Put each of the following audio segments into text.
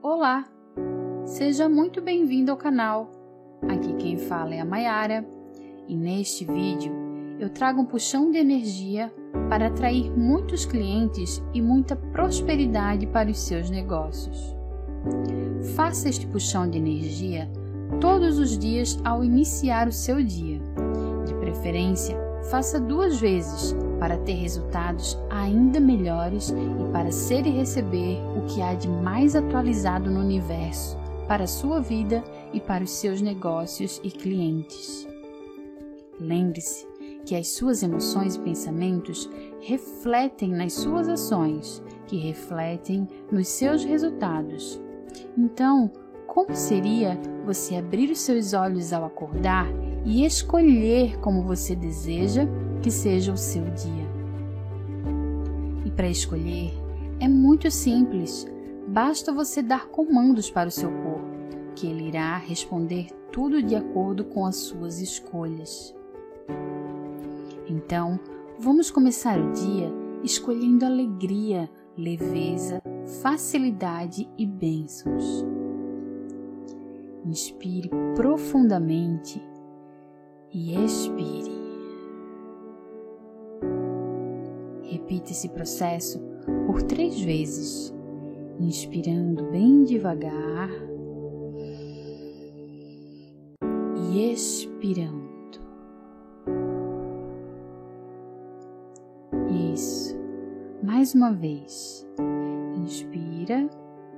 Olá! Seja muito bem-vindo ao canal. Aqui quem fala é a Mayara e neste vídeo eu trago um puxão de energia para atrair muitos clientes e muita prosperidade para os seus negócios. Faça este puxão de energia todos os dias ao iniciar o seu dia. De preferência, faça 2 vezes para ter resultados ainda melhores e para ser e receber o que há de mais atualizado no universo para a sua vida e para os seus negócios e clientes. Lembre-se que as suas emoções e pensamentos refletem nas suas ações, que refletem nos seus resultados. Então, como seria você abrir os seus olhos ao acordar e escolher como você deseja que seja o seu dia? E para escolher é muito simples, basta você dar comandos para o seu corpo, que ele irá responder tudo de acordo com as suas escolhas. Então, vamos começar o dia escolhendo alegria, leveza, facilidade e bênçãos. Inspire profundamente e expire. Repita esse processo por 3 vezes, inspirando bem devagar e expirando. Isso. Mais uma vez. Inspira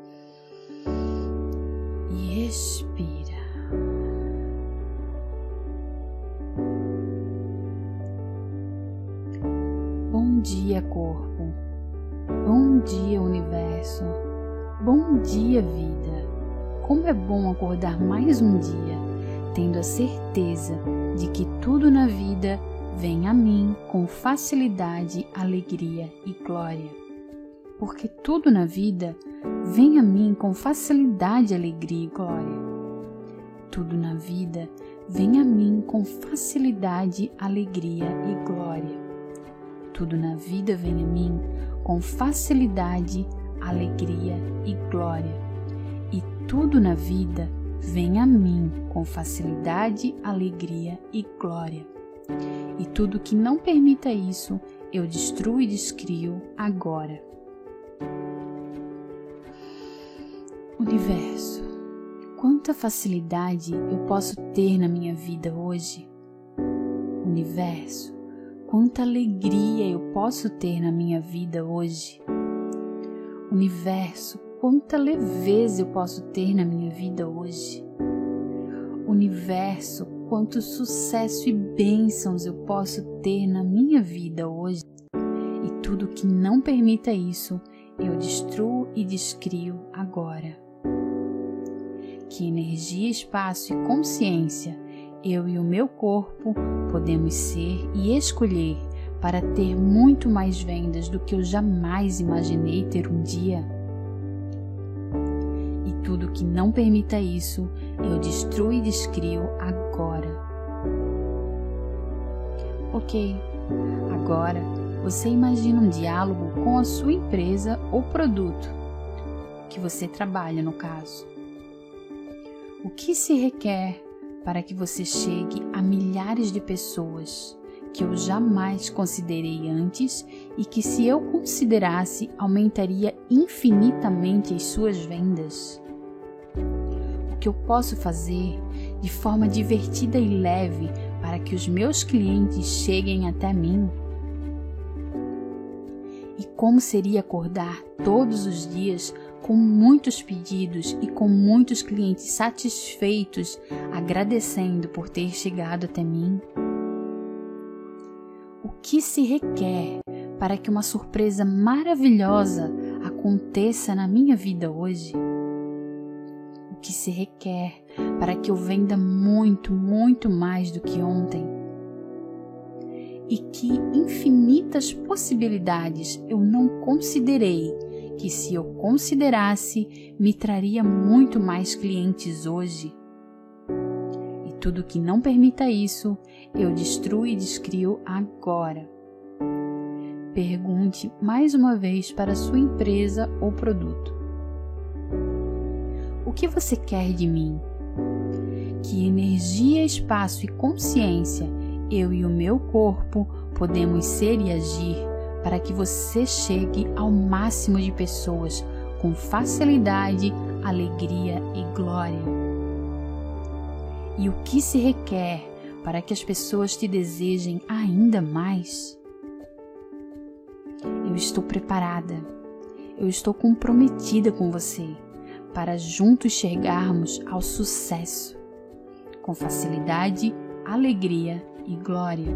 e expira. Bom dia, corpo. Bom dia, universo. Bom dia, vida. Como é bom acordar mais um dia, tendo a certeza de que tudo na vida vem a mim com facilidade, alegria e glória. Porque tudo na vida vem a mim com facilidade, alegria e glória. Tudo na vida vem a mim com facilidade, alegria e glória. Tudo na vida vem a mim com facilidade, alegria e glória. E tudo na vida vem a mim com facilidade, alegria e glória. E tudo que não permita isso, eu destruo e descrio agora. Universo, quanta facilidade eu posso ter na minha vida hoje? Universo, quanta alegria eu posso ter na minha vida hoje? Universo, quanta leveza eu posso ter na minha vida hoje? Universo, quanto sucesso e bênçãos eu posso ter na minha vida hoje? E tudo que não permita isso, eu destruo e descrio agora. Que energia, espaço e consciência, eu e o meu corpo podemos ser e escolher para ter muito mais vendas do que eu jamais imaginei ter um dia? E tudo que não permita isso, eu destruo e descrio agora. Ok, agora você imagina um diálogo com a sua empresa ou produto que você trabalha, no caso. O que se requer para que você chegue a milhares de pessoas que eu jamais considerei antes e que, se eu considerasse, aumentaria infinitamente as suas vendas? O que eu posso fazer de forma divertida e leve para que os meus clientes cheguem até mim? E como seria acordar todos os dias com muitos pedidos e com muitos clientes satisfeitos, agradecendo por ter chegado até mim? O que se requer para que uma surpresa maravilhosa aconteça na minha vida hoje? O que se requer para que eu venda muito, muito mais do que ontem? E que infinitas possibilidades eu não considerei, que, se eu considerasse, me traria muito mais clientes hoje? E tudo que não permita isso, eu destruo e descrio agora. Pergunte mais uma vez para a sua empresa ou produto: O que você quer de mim? Que energia, espaço e consciência eu e o meu corpo podemos ser e agir para que você chegue ao máximo de pessoas com facilidade, alegria e glória? E o que se requer para que as pessoas te desejem ainda mais? Eu estou preparada, eu estou comprometida com você para juntos chegarmos ao sucesso, com facilidade, alegria e glória.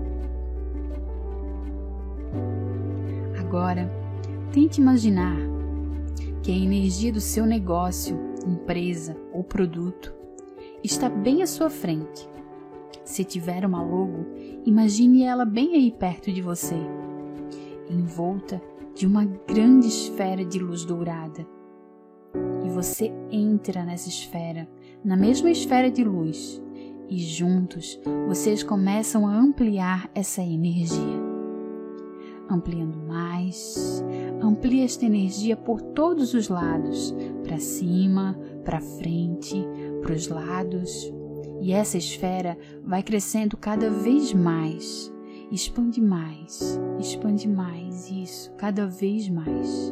Agora, tente imaginar que a energia do seu negócio, empresa ou produto está bem à sua frente. Se tiver uma logo, imagine ela bem aí perto de você, envolta de uma grande esfera de luz dourada. E você entra nessa esfera, na mesma esfera de luz, e juntos vocês começam a ampliar essa energia. Ampliando mais, amplia esta energia por todos os lados, para cima, para frente, para os lados. E essa esfera vai crescendo cada vez mais. Expande mais, isso, cada vez mais.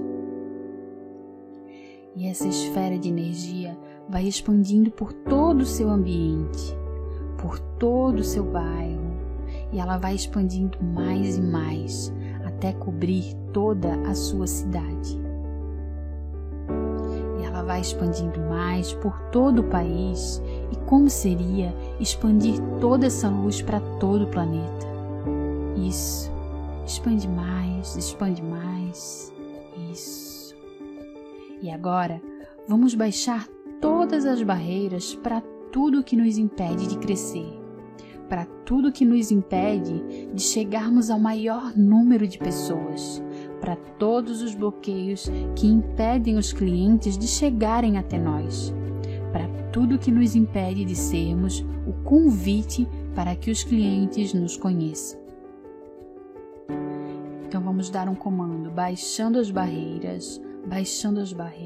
E essa esfera de energia vai expandindo por todo o seu ambiente, por todo o seu bairro, e ela vai expandindo mais e mais, até cobrir toda a sua cidade. E ela vai expandindo mais por todo o país. E como seria expandir toda essa luz para todo o planeta? Isso, expande mais, isso. E agora, vamos baixar todas as barreiras para tudo que nos impede de crescer, para tudo que nos impede de chegarmos ao maior número de pessoas, para todos os bloqueios que impedem os clientes de chegarem até nós, para tudo que nos impede de sermos o convite para que os clientes nos conheçam. Então vamos dar um comando, baixando as barreiras, baixando,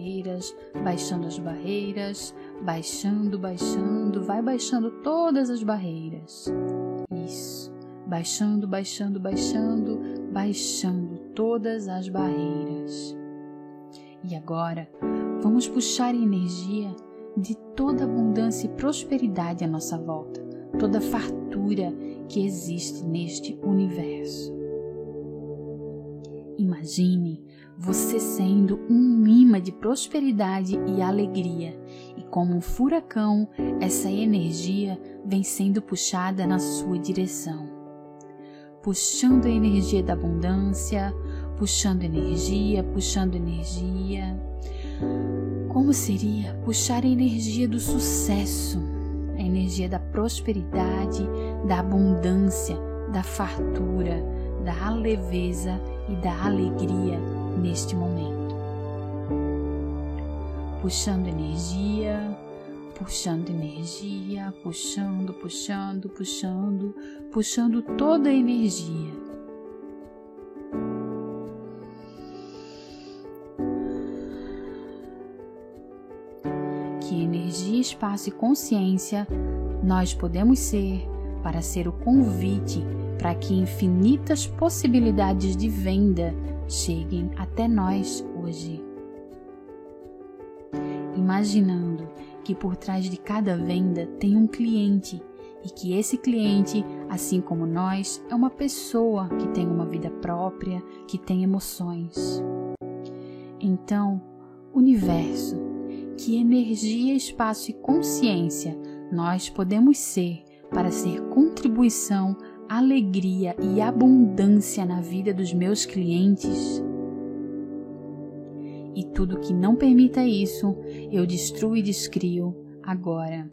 vai baixando todas as barreiras. Isso, baixando todas as barreiras. E agora, vamos puxar energia de toda abundância e prosperidade à nossa volta, toda fartura que existe neste universo. Imagine você sendo um imã de prosperidade e alegria, e como um furacão, essa energia vem sendo puxada na sua direção, puxando a energia da abundância, puxando energia. Como seria puxar a energia do sucesso, a energia da prosperidade, da abundância, da fartura, da leveza e da alegria neste momento? Puxando energia, puxando toda a energia. Que energia, espaço e consciência nós podemos ser para ser o convite para que infinitas possibilidades de venda cheguem até nós hoje. Imaginando que por trás de cada venda tem um cliente e que esse cliente, assim como nós, é uma pessoa que tem uma vida própria, que tem emoções. Então, universo, que energia, espaço e consciência nós podemos ser para ser contribuição, alegria e abundância na vida dos meus clientes? E tudo que não permita isso, eu destruo e descrio agora.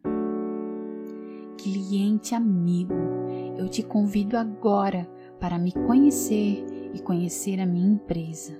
Cliente amigo, eu te convido agora para me conhecer e conhecer a minha empresa.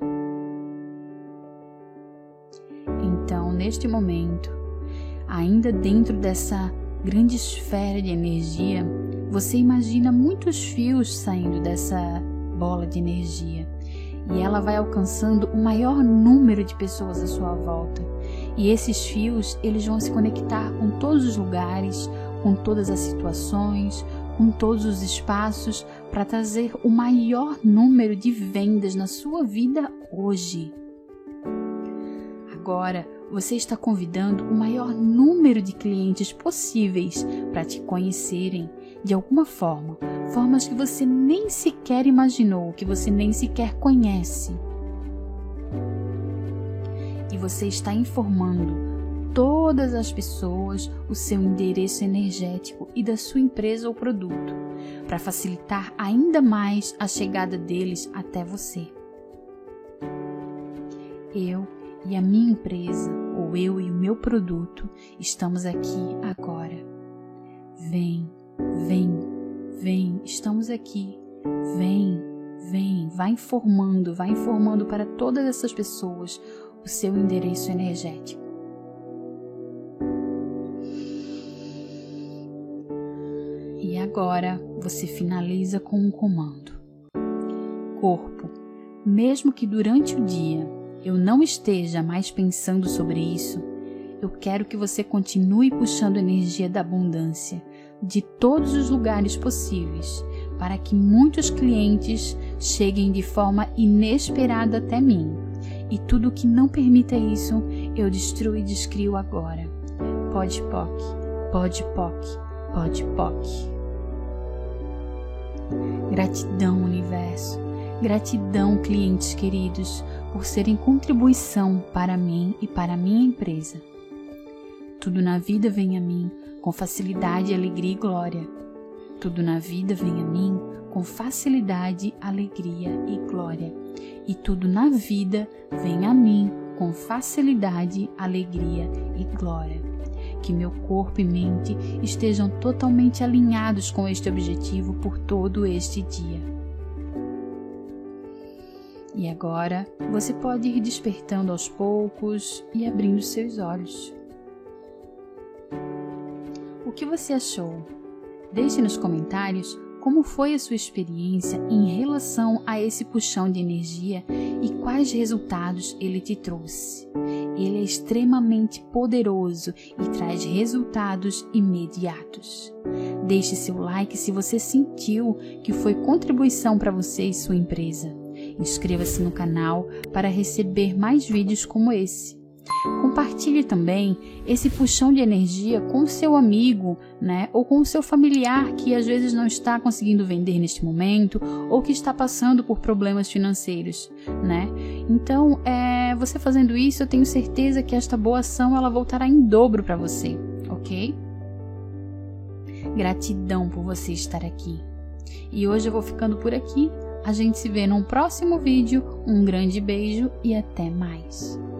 Então, neste momento, ainda dentro dessa grande esfera de energia, você imagina muitos fios saindo dessa bola de energia. e ela vai alcançando o maior número de pessoas à sua volta. E esses fios, eles vão se conectar com todos os lugares, com todas as situações, com todos os espaços, para trazer o maior número de vendas na sua vida hoje. Agora, você está convidando o maior número de clientes possíveis para te conhecerem de alguma forma, formas que você nem sequer imaginou, que você nem sequer conhece. E você está informando todas as pessoas o seu endereço energético e da sua empresa ou produto, para facilitar ainda mais a chegada deles até você. Eu e a minha empresa, ou eu e o meu produto, estamos aqui agora. Vem, vem, vem, estamos aqui. Vem, vem, vai informando para todas essas pessoas o seu endereço energético. E agora você finaliza com um comando. Corpo, mesmo que durante o dia eu não esteja mais pensando sobre isso, eu quero que você continue puxando energia da abundância de todos os lugares possíveis, para que muitos clientes cheguem de forma inesperada até mim. E tudo que não permita isso, eu destruo e descrio agora. Pode POC, pode POC, pode POC. Gratidão, universo. Gratidão, clientes queridos, por serem contribuição para mim e para a minha empresa. Tudo na vida vem a mim com facilidade, alegria e glória. Tudo na vida vem a mim com facilidade, alegria e glória. E tudo na vida vem a mim com facilidade, alegria e glória. Que meu corpo e mente estejam totalmente alinhados com este objetivo por todo este dia. E agora você pode ir despertando aos poucos e abrindo seus olhos. O que você achou? Deixe nos comentários como foi a sua experiência em relação a esse puxão de energia e quais resultados ele te trouxe. Ele é extremamente poderoso e traz resultados imediatos. Deixe seu like se você sentiu que foi contribuição para você e sua empresa. Inscreva-se no canal para receber mais vídeos como esse. Compartilhe também esse puxão de energia com seu amigo, né? Ou com o seu familiar que às vezes não está conseguindo vender neste momento ou que está passando por problemas financeiros, né? Então, você fazendo isso, eu tenho certeza que esta boa ação ela voltará em dobro para você, ok? Gratidão por você estar aqui. E hoje eu vou ficando por aqui. A gente se vê num próximo vídeo. Um grande beijo e até mais.